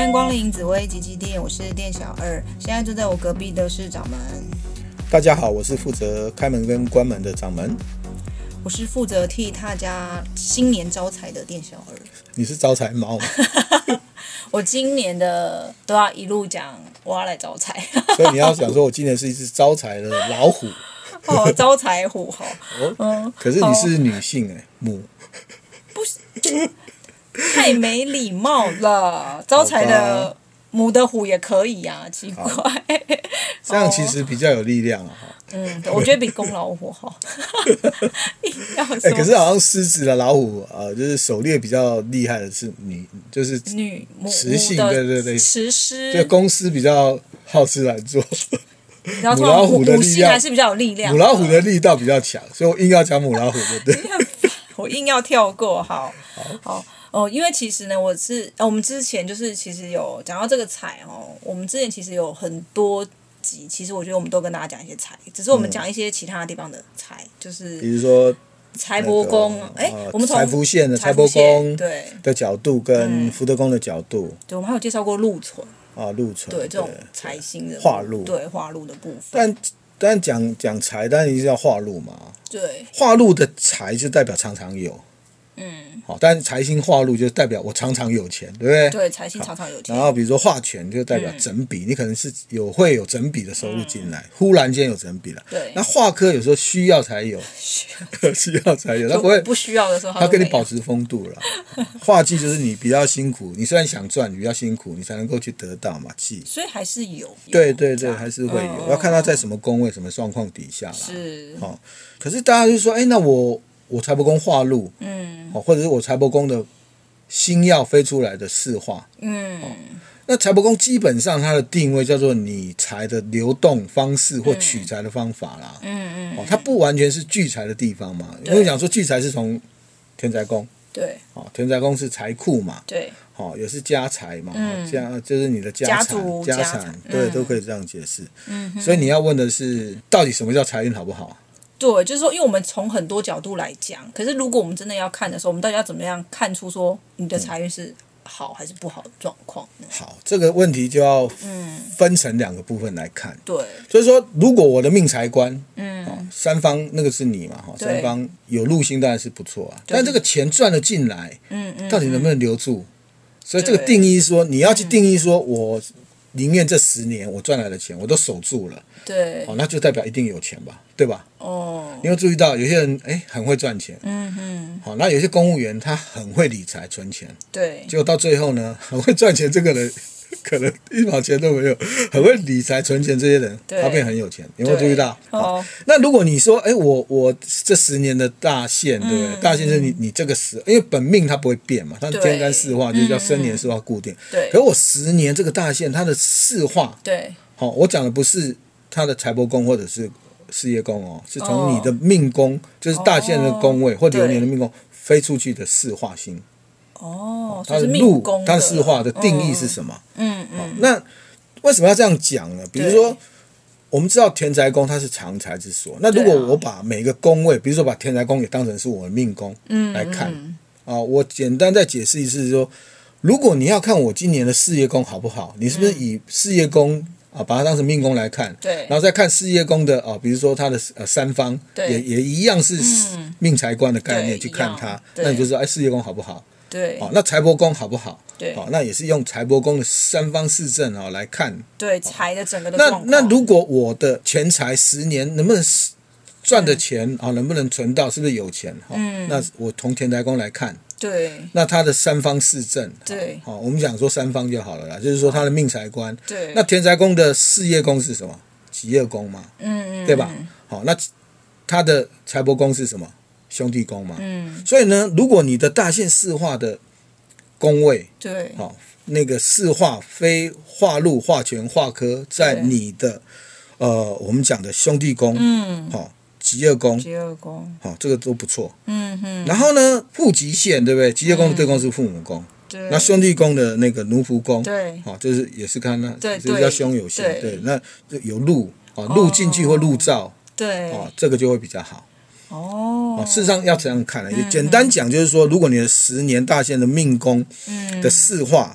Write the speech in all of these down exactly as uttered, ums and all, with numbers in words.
欢迎光临紫薇吉吉店，我是店小二，现在坐在我隔壁的是掌门。 大家好，我是负责开门跟关门的掌门。 我是负责替大家新年招财的店小二。 你是招财猫吗？ 我今年的都要一路讲，我要来招财。 所以你要想说，我今年是一只招财的老虎。 哦，招财虎好。 哦、嗯，可是你是女性哎、欸，母。 不是，太没礼貌了。招财的母的虎也可以啊，奇怪。 这样其实比较有力量啊。 嗯，我觉得比公老虎好。 哎、欸，可是好像狮子的老虎啊、呃，就是狩猎比较厉害的是女，就是女雌性，对对对， 雌狮， 对公狮比较好吃懒做。 然后母老虎的力量还是比较有力量， 母老虎的力道比较强，所以我硬要讲母老虎，对不对？ 我硬要跳过，好，好哦，因为其实呢，我是、哦、我们之前就是其实有讲到这个财哦，我们之前其实有很多集，其实我觉得我们都跟大家讲一些财，只是我们讲一些其他地方的财，就是比如说财帛宫，哎、那个呃，我们从财福线的财帛宫对的角度跟福德宫的角度， 嗯、对，我们还有介绍过禄存。 啊，禄存对这种财星的化禄， 对化禄的部分。 但但讲讲财，当然一定要化禄嘛。 对， 化禄的财就代表常常有， 嗯， 好，但是财星化禄就代表我常常有钱，对不对？ 对，财星常常有钱。 然后比如说化权就代表整笔，嗯、你可能是有会有整笔的收入进来，嗯、忽然间有整笔了。 对， 那化科有时候需要才有，需要才有，他不会不需要的时候他跟你保持风度了。化忌就是你比较辛苦，你虽然想赚，你比较辛苦，你才能够去得到嘛，忌。 所以还是有。 对对对，还是会有，嗯、要看他在什么宫位、什么状况底下啦。 是。 哦，可是大家就说，哎，那我我财帛宫化禄，嗯，哦，或者是我财帛宫的星曜飞出来的四化，嗯。哦，那财帛宫基本上它的定位叫做你财的流动方式或取财的方法啦，嗯嗯，哦，它不完全是聚财的地方嘛，因为讲说聚财是从田宅宫， 对， 哦，田宅宫是财库嘛， 对， 哦，也是家财嘛， 嗯， 家就是你的家产、 家, 家产，对，嗯、都可以这样解释。嗯，所以你要问的是，到底什么叫财运好不好？ 对，就是说，因为我们从很多角度来讲，可是如果我们真的要看的时候，我们到底要怎么样看出说你的财运是好还是不好的状况呢？ 好，这个问题就要分成两个部分来看。 对， 所以说，如果我的命财官，嗯、哦，三方那个是你嘛，哈，三方有禄星当然是不错啊，但这个钱赚了进来，嗯嗯，到底能不能留住？所以这个定义说，你要去定义说，我宁愿这十年我赚来的钱我都守住了， 对， 哦，那就代表一定有钱吧，对吧？ 哦， 你有注意到有些人哎很会赚钱，嗯哼，好，那有些公务员他很会理财存钱， 对， 结果到最后呢，很会赚钱这个人可能一毛钱都没有，很会理财存钱这些人，他变很有钱，有没有注意到？ 哦， 那如果你说，哎，我我这十年的大限，对不对？嗯、大限是你你这个十，因为本命它不会变嘛，它天干四化就叫生年四化固定， 对。 可是我十年这个大限，它的四化， 对， 好、哦，我讲的不是他的财帛宫或者是事业宫哦，是从你的命宫，哦、就是大限的宫位、哦、或流年的命宫飞出去的四化星。 哦， 它的禄，它的四化的定义是什么？嗯嗯、哦。那为什么要这样讲呢？比如说，我们知道田宅宫它是长财之所，那如果我把每个宫位，比如说把田宅宫也当成是我的命宫来看，嗯嗯、啊，我简单再解释一次说，如果你要看我今年的事业宫好不好，你是不是以事业宫啊把它当成命宫来看？ 对， 然后再看事业宫的啊，比如说它的呃三方，也也一样是命财官的概念去看它，那你就说哎事业宫好不好？ 对， 哦，那财帛宫好不好？ 对， 哦，那也是用财帛宫的三方四正哦来看， 对财的整个的状况。 那那如果我的钱财十年能不能赚的钱啊、嗯哦，能不能存到，是不是有钱？哈、哦，嗯，那我从田宅宫来看， 对， 那他的三方四正， 对， 好、哦，我们讲说三方就好了啦，就是说他的命财官， 对， 那田宅宫的事业宫是什么？己业宫嘛，嗯嗯，对吧？好、哦，那他的财帛宫是什么？兄弟宫嘛，嗯，所以呢，如果你的大限四化的宫位， 对， 好、哦，那个四化非化禄、化权、化科，在你的呃我们讲的兄弟宫，嗯，好、哦，己业宫， 己业宫， 好、哦，这个都不错， 嗯哼。 然后呢，父吉线对不对？己业宫的对宫是父母宫， 对， 那兄弟宫的那个奴仆宫， 对， 好、哦，就是也是看那， 对， 就是叫兄有线， 对， 对，那有禄，哦，禄进去或禄照， 对， 哦，这个就会比较好。 哦， 哦，事实上要这样看了，嗯、简单讲就是说，如果你的十年大限的命宫的四化，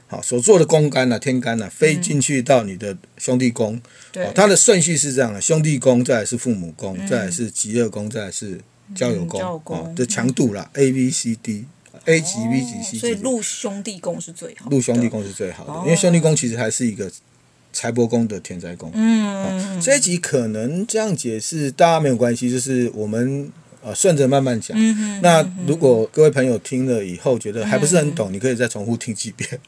好所做的宫干啊、天干啊，飞进去到你的兄弟宫。 对， 它的顺序是这样的：兄弟宫，再来是父母宫，再来是疾厄宫，再来是交友宫。哦，这强度啦 ，A B C D。A 级、B 级、C 级， 所以入兄弟宫是最好的。 入兄弟宫是最好的，因为兄弟宫其实还是一个财帛宫的田宅宫。嗯，这一集可能这样解释大家没有关系，就是我们呃顺着慢慢讲。嗯那如果各位朋友听了以后觉得还不是很懂，嗯、你可以再重复听几遍。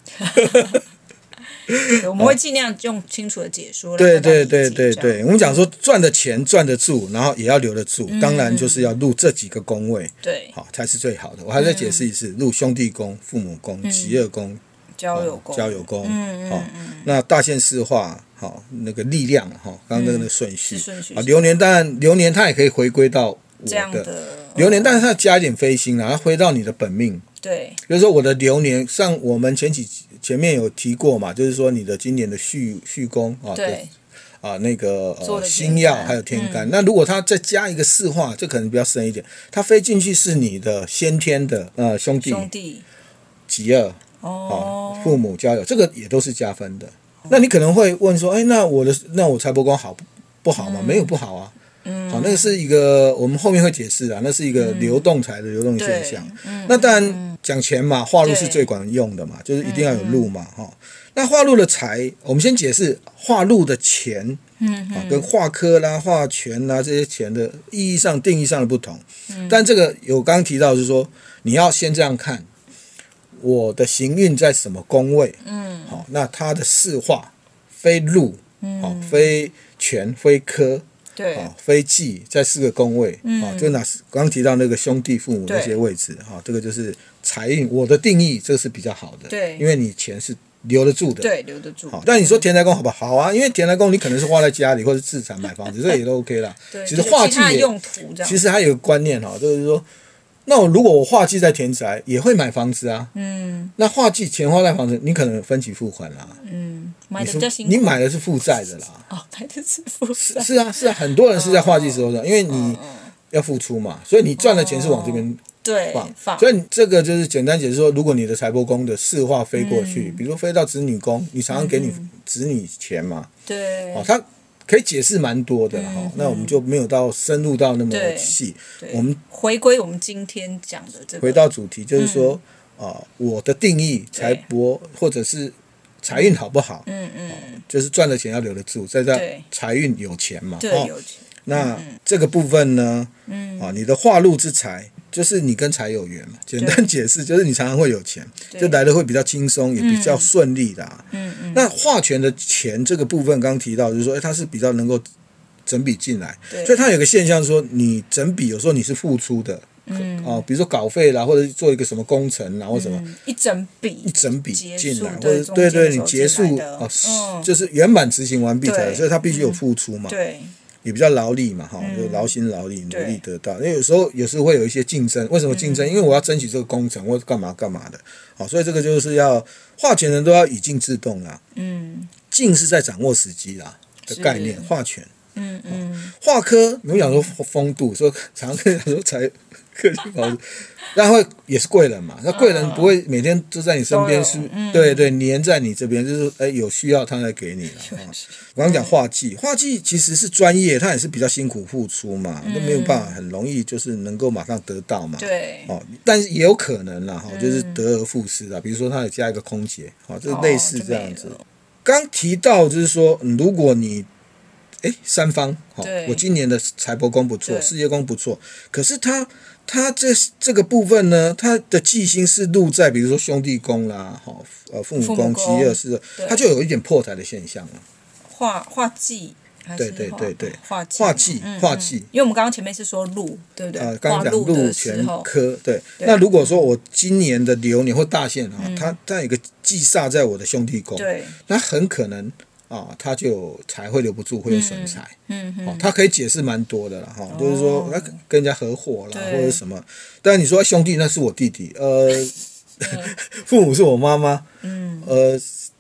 我们会尽量用清楚的解说。 对对对对对，我们讲说赚的钱赚得住，然后也要留得住，嗯、当然就是要入这几个宫位， 对， 好才是最好的。我还再解释一次，入兄弟宫、父母宫、疾厄宫、 交友宫、 交友宫，嗯好，那大限四化，好那个力量，哈，刚刚那个顺序， 顺序啊，流年当然流年它也可以回归到我的流年，但是它加一点飞星啊，它回到你的本命。 对， 比如说我的流年，像我们前几前面有提过嘛，就是说你的今年的戌戌宫啊， 对啊那个呃星曜还有天干，嗯、那如果它再加一个四化，这可能比较深一点，它飞进去是你的先天的呃兄弟兄弟疾厄哦，父母交友，这个也都是加分的。哦、那你可能会问说，哎，那我的那我财帛宫好不好嘛？嗯、没有不好啊。嗯，好，那个是一个我们后面会解释啊，那是一个流动财的流动现象。嗯、那当然讲钱嘛，化禄是最管用的嘛，就是一定要有禄嘛，哈、嗯。那化禄的财，我们先解释化禄的钱，嗯，啊，跟化科啦、化权啦这些钱的意义上、定义上的不同。嗯、但这个有刚刚提到，就是说你要先这样看，我的行运在什么宫位？嗯，好，那它的四化非禄，嗯，好，非权，非科。 对， 啊，非忌在四个宫位，嗯、啊，就拿刚刚提到那个兄弟父母那些位置，哈、啊，这个就是财运。我的定义，这个是比较好的， 对， 因为你钱是留得住的， 对，留得住。 好，但你说田宅宫好不好？好啊，因为田宅宫你可能是花在家里或者自产买房子，这也都 OK 啦。 对， 其实化忌也用途这样， 其实还有个观念哈，就是说，那我如果我化忌在田宅，也会买房子啊。嗯，那化忌钱花在房子，你可能分期付款啦。 嗯，买的比较辛苦。 你买的是负债的啦。 哦，买的是负债。 是啊，是啊，很多人是在化忌时候的，因为你要付出嘛，所以你赚的钱是往这边放。所以这个就是简单解释说，如果你的财帛宫的四化飞过去，比如说飞到子女宫，你常常给你子女钱嘛。 对。 哦，它可以解释蛮多的哈，嗯、那我们就没有到深入到那么细。我们回归我们今天讲的这个， 回到主题，就是说啊、嗯呃，我的定义财帛或者是财运好不好？嗯嗯、呃，就是赚的钱要留得住，再在财运有钱嘛。 对，有钱。 那、嗯、这个部分呢，嗯啊，你的化禄之财。就是你跟财有缘嘛，简单解释就是你常常会有钱，就来的会比较轻松，也比较顺利的、啊。嗯嗯。那化权的钱这个部分，刚刚提到就是说，哎，它是比较能够整笔进来，所以它有个现象说，你整笔有时候你是付出的，嗯哦，比如说稿费啦，或者做一个什么工程啦，或什么、 嗯、一整笔一整笔进来，或者对对，你结束哦、嗯，就是圆满执行完毕才，所以它必须有付出嘛。 嗯、对。 也比较劳力嘛，哈、嗯，就劳心劳力，努力得到。因为有时候有时候会有一些竞争，为什么竞争？嗯、因为我要争取这个工程，或者干嘛干嘛的，好，所以这个就是要化权人都要以静制动啦。嗯，静是在掌握时机啦的概念，化权。嗯嗯，化科，我们讲说风度，说常常跟人说才客气保持，然后也是贵人嘛。那贵人不会每天都在你身边，是，嗯、对对，黏在你这边，就是哎有需要他来给你了。我刚讲化忌，化忌其实是专业，他也是比较辛苦付出嘛，都、嗯、没有办法很容易就是能够马上得到嘛。 对， 哦，但是也有可能啦，哈、嗯，就是得而复失啦。比如说他有加一个空姐，好，就类似这样子。刚、哦、提到就是说，嗯、如果你哎，三方好、哦，我今年的财帛宫不错，事业宫不错，可是他他这这个部分呢，他的忌星是入在比如说兄弟宫啦，好、哦，呃父母宫、疾厄是，他就有一点破财的现象了。 化化忌， 对对对对， 化忌化忌化忌， 因为我们刚刚前面是说禄，对不对？ 呃，刚刚讲禄权科，对。那如果说我今年的流年或大限啊，它它有一个忌煞在我的兄弟宫，对，那很可能。啊，他就财会留不住，会有损财。嗯嗯，哦，他可以解释蛮多的啦，哈、哦，就是说他跟人家合伙啦，或者什么。但你说兄弟那是我弟弟，呃，父母是我妈妈，嗯，呃，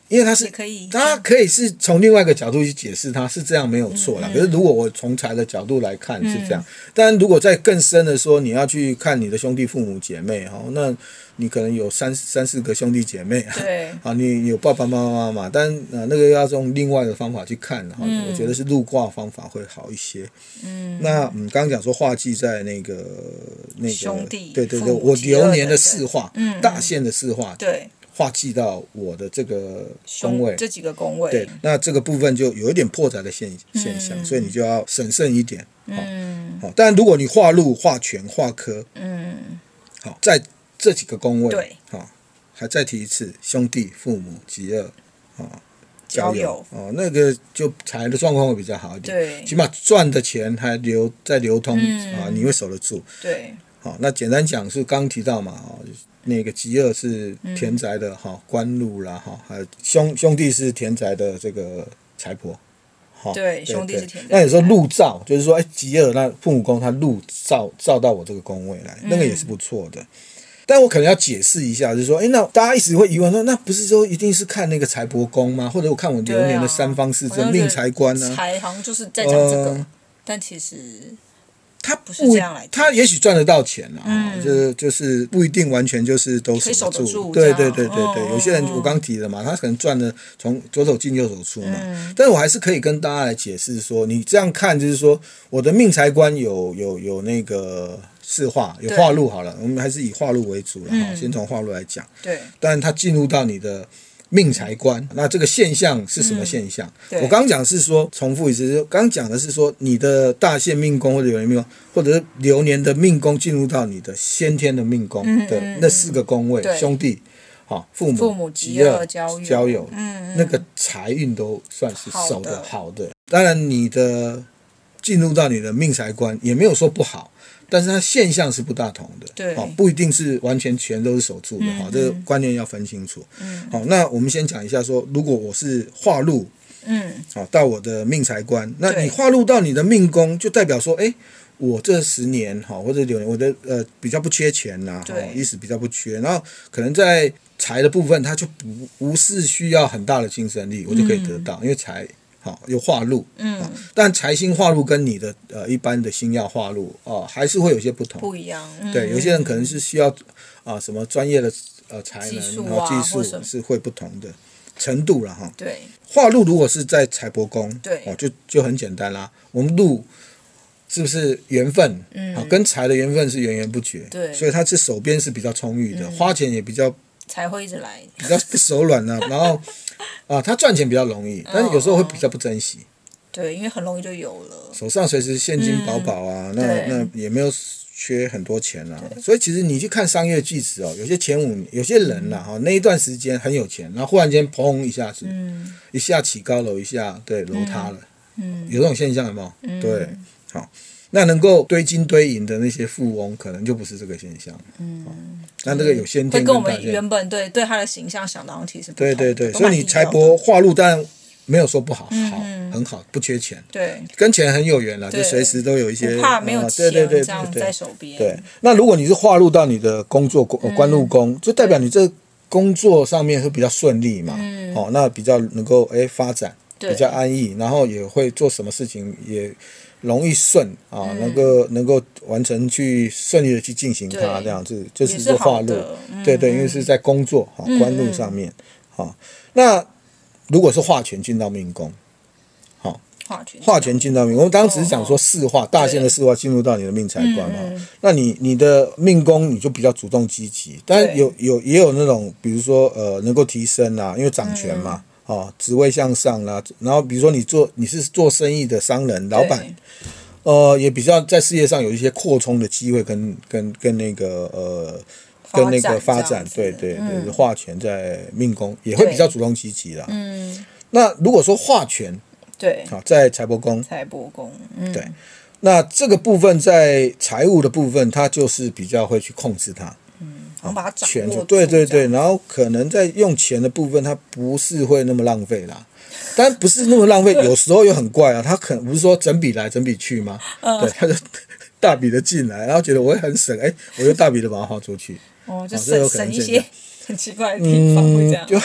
因为它是可以， 它可以是从另外一个角度去解释它，是这样没有错啦。嗯、可是如果我从财的角度来看是这样，嗯、但如果再更深的说，你要去看你的兄弟父母姐妹哈，那你可能有三三四个兄弟姐妹， 对， 啊，你有爸爸妈妈妈妈，但呃那个要用另外的方法去看哈，嗯、我觉得是陆卦方法会好一些。嗯，那嗯刚刚讲说化忌在那个那个兄弟， 对对对，我流年的四化，嗯、大限的四化， 对。 化忌到我的这个宫位， 这几个宫位， 对，那这个部分就有一点破财的现现象，嗯、所以你就要审慎一点。嗯，好，但如果你化禄、化权、化科，嗯，好，在这几个宫位， 对， 好，还再提一次，兄弟、父母、己二，啊，交友，哦，那个就财的状况会比较好一点， 对， 起码赚的钱还流在流通，嗯、啊，你会守得住， 对， 好，那简单讲是刚提到嘛，哦。那个己二是田宅的哈、嗯、官禄啦哈，还有兄兄弟是田宅的这个财帛， 哈，对，兄弟是田宅。 那有时候禄照，就是说，哎，己二那父母宫他禄照照到我这个宫位来，那个也是不错的。嗯、但我可能要解释一下，就是说，哎，那大家一直会疑问说，那不是说一定是看那个财帛宫吗？或者我看我流年的三方四正、啊、命财官呢、啊？ 财好像就是在讲这个，呃、但其实。 他不是这样来， 他也许赚得到钱啦、啊，嗯、就是就是不一定完全就是都守得住，对对对对对，有些人我刚提了嘛，他可能赚的从左手进右手出嘛，嗯、但是我还是可以跟大家来解释说，你这样看就是说，我的命财官有有有那个四化，有化禄好了，我们还是以化禄为主了哈，嗯、先从化禄来讲， 对， 但他进入到你的。命财官，那这个现象是什么现象？嗯、我刚讲是说，重复一次，刚讲的是说，你的大限命宫或者流年命宫，或者是流年的命宫进入到你的先天的命宫的那四个宫位，嗯嗯、兄弟、好父母、 父母己二、 交友， 交友嗯嗯、 那个财运都算是守得好的。当然，你的进入到你的命财官也没有说不好。但是它现象是不大同的， 对， 哦，不一定是完全全都是守住的哈、嗯哦，这个观念要分清楚。嗯，好、哦，那我们先讲一下说，如果我是化禄，嗯，好、哦，到我的命财官，那你化禄到你的命宫，就代表说，哎，我这十年哈、哦、或者六年，我的呃比较不缺钱呐、啊，哈、哦，意思比较不缺，然后可能在财的部分，它就不不是需要很大的精神力，我就可以得到，嗯、因为财。好，有化禄，嗯，但财星化禄跟你的呃一般的星曜化禄哦、呃，还是会有些不同， 不一样。嗯、 对，有些人可能是需要啊、呃、什么专业的呃才能， 技术、 啊、技术是会不同的程度了哈。 对， 化禄如果是在财帛宫， 对， 哦就就很简单啦。我们禄是不是缘分？嗯，啊，跟财的缘分是源源不绝， 对， 所以它是手边是比较充裕的，嗯、花钱也比较才会一直来， 比较不手软啊，然后。啊，他赚钱比较容易，但是有时候会比较不珍惜。 嗯、对，因为很容易就有了， 手上随时现金饱饱啊，嗯、那那也没有缺很多钱啊。所以其实你去看商业巨子哦，有些前五有些人啦哈、嗯，那一段时间很有钱，然后忽然间砰一下子，嗯、一下起高楼，一下对楼塌了，嗯，有这种现象有没有？嗯、对，好。那能够堆金堆银的那些富翁，可能就不是这个现象。嗯，那这个有先天会跟我们原本对对他的形象想到其实不同。 对对对，所以你财帛化禄，当然没有说不好，嗯、好很好，不缺钱。 对， 跟钱很有缘了，就随时都有一些不怕没有钱、呃、对对对这样在手边。 对，那如果你是化禄到你的工作官禄宫，就代表你这工作上面会比较顺利嘛。嗯，好、哦，那比较能够哎发展，比较安逸，然后也会做什么事情也。容易顺啊，嗯、能够能够完成去顺利的去进行它，这样子就是说化禄，嗯、对对，因为是在工作哈官禄上面，好、嗯，那如果是化权进到命宫，好，化权进到命宫，我们当时只是讲说四化、哦、大限的四化进入到你的命财官嘛，嗯、那你你的命宫你就比较主动积极，但有有也有那种比如说呃能够提升啊，因为掌权嘛。嗯哦，职位向上啦，然后比如说你做你是做生意的商人老板，呃，也比较在事业上有一些扩充的机会跟，跟跟跟那个呃跟那个发展，对对对，嗯、化权在命宫也会比较主动积极啦。嗯，那如果说化权， 对， 好、哦、在财帛宫， 财帛宫，嗯， 对，那这个部分在财务的部分，它就是比较会去控制它。 然后把它掌握住， 对对对，然后可能在用钱的部分，它不是会那么浪费啦，但不是那么浪费，有时候又很怪啊，他可能不是说整笔来整笔去吗？嗯、对，他就大笔的进来，然后觉得我会很省，哎，我就大笔的把它花出去， 哦，就省、哦、省一些很奇怪的地方，会这样。 嗯就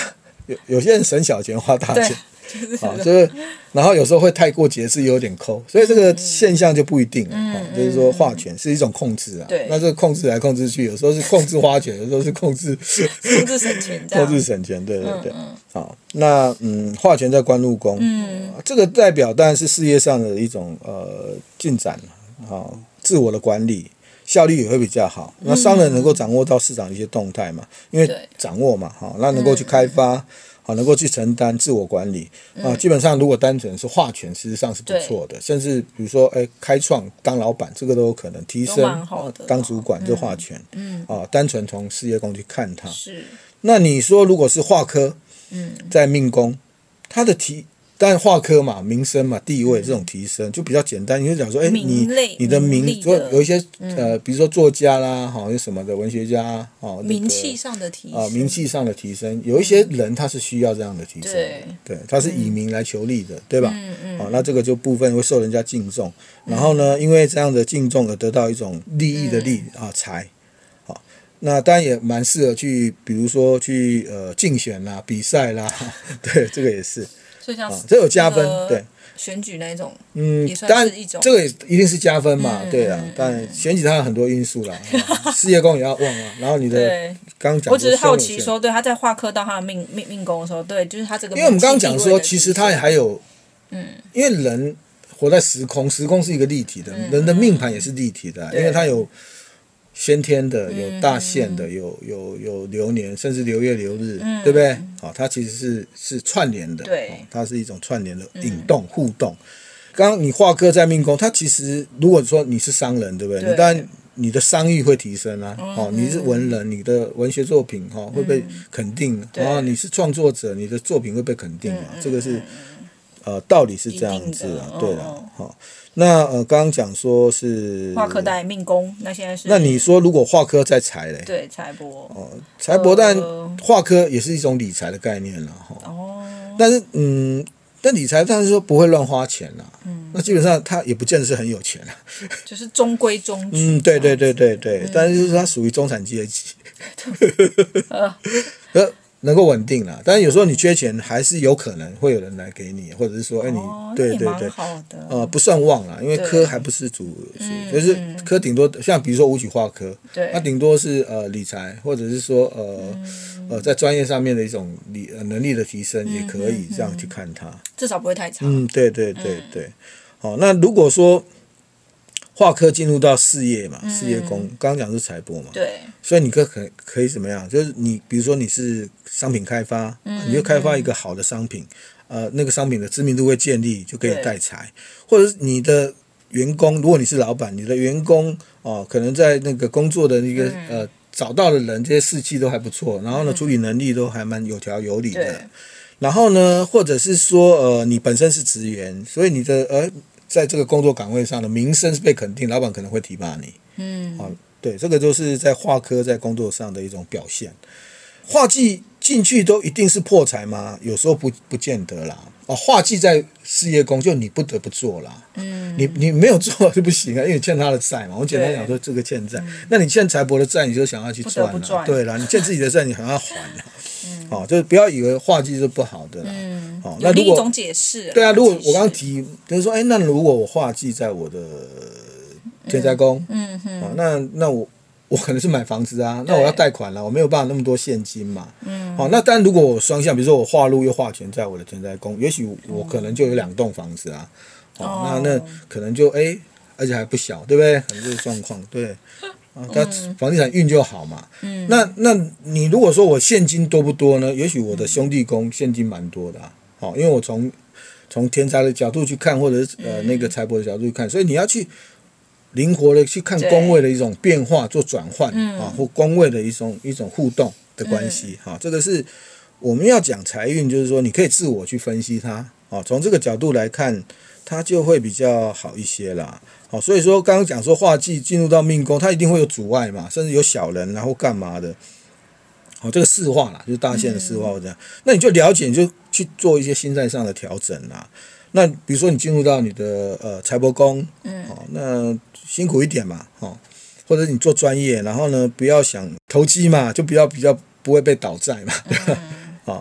有有些人省小钱花大钱。 就是好，就是然后有时候会太过节制，有点抠，所以这个现象就不一定了。嗯哦、就是说化权是一种控制啊， 对， 那这个控制来控制去，有时候是控制花钱，有时候是控制控制省钱， 控制省钱，对对对。嗯嗯好，那嗯，化权在官禄宫，嗯，这个代表当然是事业上的一种呃进展，好、哦，自我的管理。效率也会比较好，那商人能够掌握到市场的一些动态嘛，因为掌握嘛，好，那能够去开发，好，能够去承担自我管理啊。基本上如果单纯是化权，事实上是不错的，甚至比如说，哎，开创当老板，这个都有可能提升，当主管就化权，嗯，啊，单纯从事业宫去看它。 是。那你说如果是化科，嗯，在命宫，它的提。但化科嘛，名声嘛，地位这种提升就比较简单。你就讲说，哎，你你的名，就有一些呃，比如说作家啦，哈，有什么的文学家，哦， 名气上的提升啊，名气上的提升，有一些人他是需要这样的提升，对，他是以名来求利的，对吧？嗯嗯。好，那这个就部分会受人家敬重，然后呢，因为这样的敬重而得到一种利益的利啊财，好，那当然也蛮适合去，比如说去呃竞选啦、比赛啦，对，这个也是。 所以像、 哦、这有加分，对选举那一种， 嗯， 也算是一种， 这个也一定是加分嘛，嗯、对啊，但选举它有很多因素啦，哦、事业宫也要旺啊，然后你的刚刚讲， 我只是好奇说，对他在化科到他的命命命宫的时候，对，就是他这个， 因为我们刚刚讲说，其实他还有，嗯，因为人活在时空，时空是一个立体的，嗯、人的命盘也是立体的、啊，因为它有。先天的有大限的，嗯、有有有流年，甚至流月流日，嗯、对不对？好、哦，它其实是是串联的， 对、 哦，它是一种串联的引动、嗯、互动。刚刚你化科在命宫，它其实如果说你是商人，对不对？对你当然你的商誉会提升啊，嗯、哦，你是文人，你的文学作品哈、哦、会被肯定，然后、嗯哦、你是创作者，你的作品会被肯定嘛，嗯、这个是呃道理是这样子啊，对了，好、哦。那呃，刚刚讲说是化科在命宫，那现在是那你说如果化科在财嘞？ 对，财帛哦，财帛，但化科也是一种理财的概念啦，哈。哦。但是嗯，但理财但是说不会乱花钱啦，嗯，那基本上他也不见得是很有钱啦， 就是中规中矩。 嗯，对对对对对，嗯、但是就是他属于中产阶级。呃。能够稳定啦，但是有时候你缺钱，还是有可能会有人来给你，或者是说，哎、欸，你、 哦、 对对对，呃，不算旺啦，因为科还不是主，是就是科顶多像比如说武曲化科， 对， 它顶多是呃理财，或者是说呃、嗯、呃在专业上面的一种理能力的提升，也可以这样去看它， 至少不会太差。 嗯，对对对对，好、嗯，那如果说。化科进入到事业嘛，事业宫，刚刚讲是财帛嘛， 对， 所以你可可可以怎么样？就是你比如说你是商品开发，嗯、你就开发一个好的商品，呃，那个商品的知名度会建立，就可以带财，或者是你的员工，如果你是老板，你的员工哦、呃，可能在那个工作的那个、嗯、呃找到的人，这些士气都还不错，然后呢，处理能力都还蛮有条有理的，然后呢，或者是说呃，你本身是职员，所以你的呃。在这个工作岗位上的名声是被肯定，老板可能会提拔你。嗯，好、哦，对，这个就是在化科在工作上的一种表现。化忌进去都一定是破财吗？有时候不不见得啦。哦，化忌在事业宫，就你不得不做啦。嗯，你你没有做就不行啊，因为你欠他的债嘛。我简单讲说，这个欠债，那你欠财帛的债，你就想要去赚啦。对啦，你欠自己的债，你还要还啦。嗯，哦，就是不要以为化忌是不好的啦。嗯，哦，那如果有另一种解释。 对啊，如果我刚刚提就是说，哎，那如果我化忌在我的天灾宫，嗯哼，哦，那那我。我可能是买房子啊，那我要贷款了，我没有办法那么多现金嘛。嗯，好、哦，那但如果我双向，比如说我化禄又化权在我的天灾宫，也许我可能就有两栋房子啊。哦，哦那那可能就哎，而且还不小，对不对？很多状况，对。啊，它房地产运就好嘛。嗯。那那你如果说我现金多不多呢？也许我的兄弟宫现金蛮多的啊。好、哦，因为我从从天灾的角度去看，或者是呃那个财帛的角度去看，所以你要去。灵活的去看宫位的一种变化，做转换、嗯、啊，或宫位的一种一种互动的关系，哈、嗯啊，这个是我们要讲财运，就是说你可以自我去分析它，啊，从这个角度来看，它就会比较好一些啦，好、啊，所以说刚刚讲说化忌进入到命宫，它一定会有阻碍嘛，甚至有小人然后干嘛的，好、啊，这个四化啦，就是大限的四化或这样、嗯，那你就了解，你就去做一些心态上的调整啦。那比如说你进入到你的呃财帛宫，嗯，哦，那辛苦一点嘛，哦，或者你做专业，然后呢不要想投机嘛，就不要比较不会被倒债嘛，对吧？嗯、哦，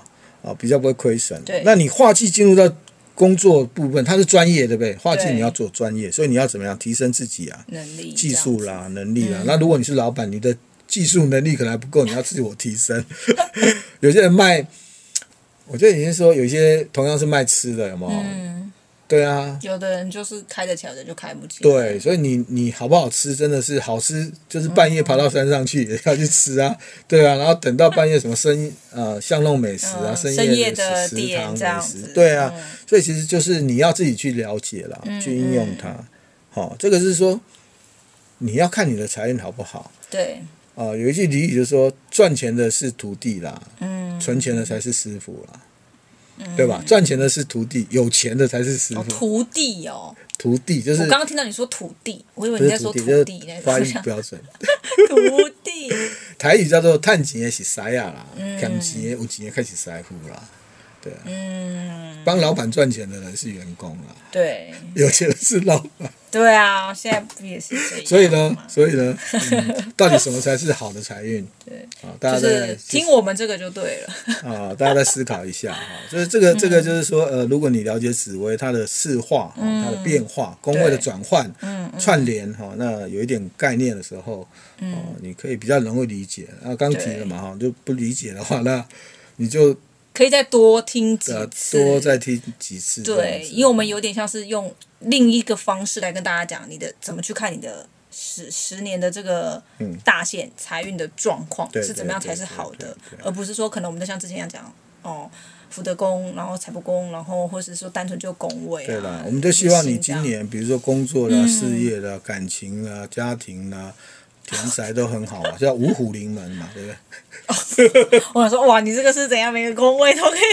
啊，比较不会亏损。 对， 那你化忌进入到工作部分，它是专业，对不对？化忌对你要做专业，所以你要怎么样提升自己啊？ 能力、 技术啦、能力啦。 嗯那如果你是老板，你的技术能力可能还不够，你要自我提升。有些人卖，我觉得以前说有些同样是卖吃的，有没有？ 嗯， 对啊。 有的人就是开得起来，有的就开不起来。 对，所以你你好不好吃，真的是好吃，就是半夜爬到山上去也要去吃啊，对啊，然后等到半夜什么深呃巷弄美食啊， 嗯深深夜的的食店这样堂美食子， 对啊， 嗯所以其实就是你要自己去了解啦， 嗯去应用它。好、这个是说你要看你的财运好不好。 对， 啊、有一句俚语就是说，赚钱的是徒弟啦， 嗯， 存钱的才是师傅啦，对吧？赚钱的是徒弟，有钱的才是师傅。 哦，徒弟哦， 徒弟就是我刚刚听到你说土地，我以为不是你在说徒弟，就是土地呢。 发我想音不标准。 土地， 台语叫做趁钱的是师啊啦， 嗯欠钱的有钱的开始师傅啦，对啊。 嗯， 帮老板赚钱的人是员工啦， 对， 有钱的是老板。 对啊，现在不也是这样？ 所以呢，所以呢，嗯、到底什么才是好的财运？ 对， 啊，大家就在是听我们这个就对了。 啊，大家再思考一下哈。就是这个这个就是说，呃，如果你了解紫微它的四化、 嗯它的变化、宫位的转换、 嗯嗯串联哈，那有一点概念的时候，哦，你可以比较能够理解。啊，刚提了嘛哈，就不理解的话，那你就可以再多听几呃次， 多再听几次。 对，因为我们有点像是用另一个方式来跟大家讲你的怎么去看你的十十年的这个大限财运的状况对是怎么样才是好的对对对，对而不是说可能我们就像之前一样讲哦。福德宫，然后财帛宫，然后或是说单纯就宫位啊。 对啦，我们就希望你今星年，比如说工作啦、 嗯事业啦、感情啦、家庭啦、田宅都很好啊，叫五虎临门嘛，对不对？ 这样，我想说哇，你这个是怎样？每个宫位都可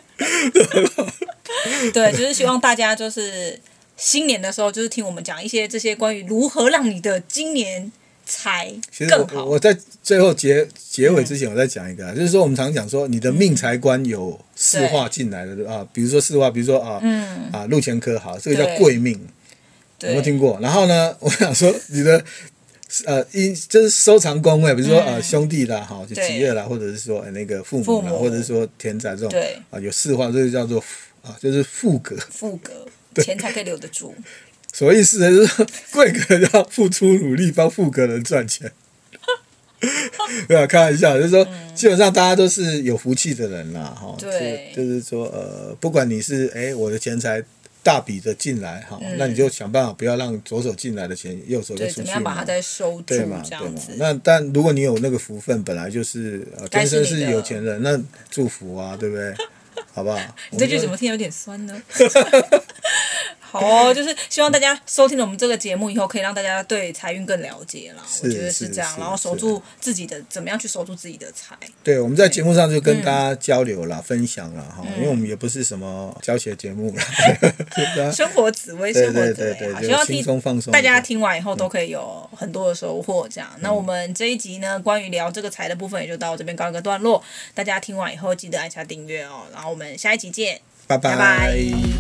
以。对，就是希望大家就是新年的时候，就是听我们讲一些这些关于如何让你的今年财其实更好。 我我在最后结结尾之前，我再讲一个、啊，就是说我们常讲说你的命财官有四化进来的啊，比如说四化，比如说啊、 嗯啊禄前科好，这个叫对贵命，有对没有听过？然后呢，我想说你的呃一就是收藏宫位，比如说、呃兄弟啦，哈，就对吉业啦，或者是说、呃、那个父母啦， 父母或者是说田宅这种对啊有四化，这个叫做啊就是富格。 富格，钱才可以留得住。 什么意思呢？就是说贵格要付出努力帮富格人赚钱。对啊，开玩笑，就是说，基本上大家都是有福气的人啦，哈。 对就就是说，呃，不管你是哎，我的钱财大笔的进来，哈、 嗯那你就想办法不要让左手进来的钱右手就对， 出去怎么样把它嘛。 再收住对嘛，对嘛这样子。。 那但如果你有那个福分，本来就是呃天生是该是你的有钱人，那祝福啊，对不对？好不好？ 你这句怎么听有点酸呢？好哦，就是希望大家收听了我们这个节目以后，可以让大家对财运更了解啦。 是我觉得是这样， 是然后守住自己的，怎么样去守住自己的财？ 对，我们在节目上就跟大家交流啦、分享啦，哈、因为我们也不是什么教学节目啦，是吧？ 生活紫薇， 对生活紫薇， 对对对， 好， 就希望轻松放松一下。 大家听完以后都可以有很多的收获。这样，那我们这一集呢，关于聊这个财的部分也就到这边告一个段落。大家听完以后记得按下订阅哦，然后我们下一集见， 拜拜拜